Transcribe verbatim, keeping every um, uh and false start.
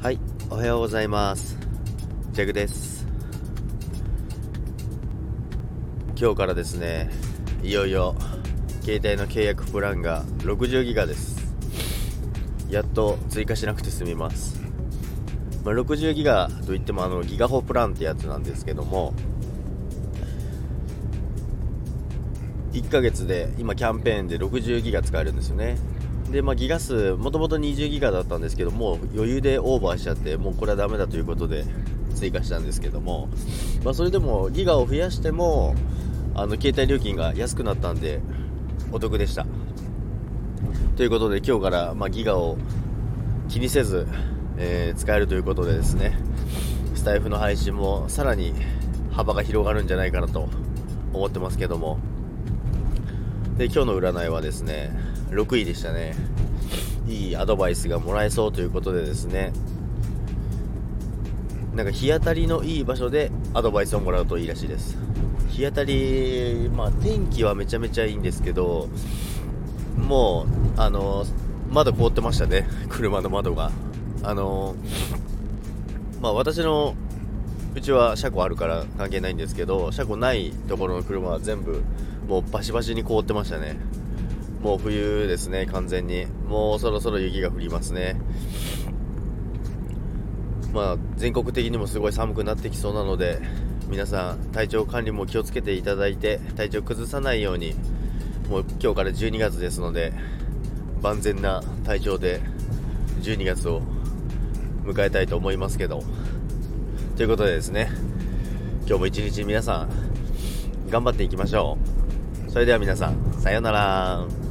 はい、おはようございます。ジャグです。今日からですね、いよいよ携帯の契約プランがろくじゅうギガです。やっと追加しなくて済みます。まあ、ろくじゅうギガといってもあのギガホプランってやつなんですけども、いっかげつで今キャンペーンでろくじゅうギガ使えるんですよね。で、まあ、ギガ数もともとにじゅうギガだったんですけども、余裕でオーバーしちゃって、もうこれはダメだということで追加したんですけども、まあ、それでもギガを増やしてもあの携帯料金が安くなったんでお得でした。ということで今日から、まあ、ギガを気にせず、えー、使えるということでですね、スタイフの配信もさらに幅が広がるんじゃないかなと思ってますけども、で今日の占いはですねろくいでしたね。いいアドバイスがもらえそうということでですね、なんか日当たりのいい場所でアドバイスをもらうといいらしいです。日当たり、まあ天気はめちゃめちゃいいんですけど、もうあの窓凍ってましたね。車の窓があのまあ私のうちは車庫あるから関係ないんですけど、車庫ないところの車は全部もうバシバシに凍ってましたね。もう冬ですね、完全に。もうそろそろ雪が降りますね。まあ全国的にもすごい寒くなってきそうなので、皆さん体調管理も気をつけていただいて、体調崩さないように、もう今日からじゅうにがつですので万全な体調でじゅうにがつを迎えたいと思いますけど、ということでですね、今日も一日皆さん頑張っていきましょう。それでは皆さん、さようなら。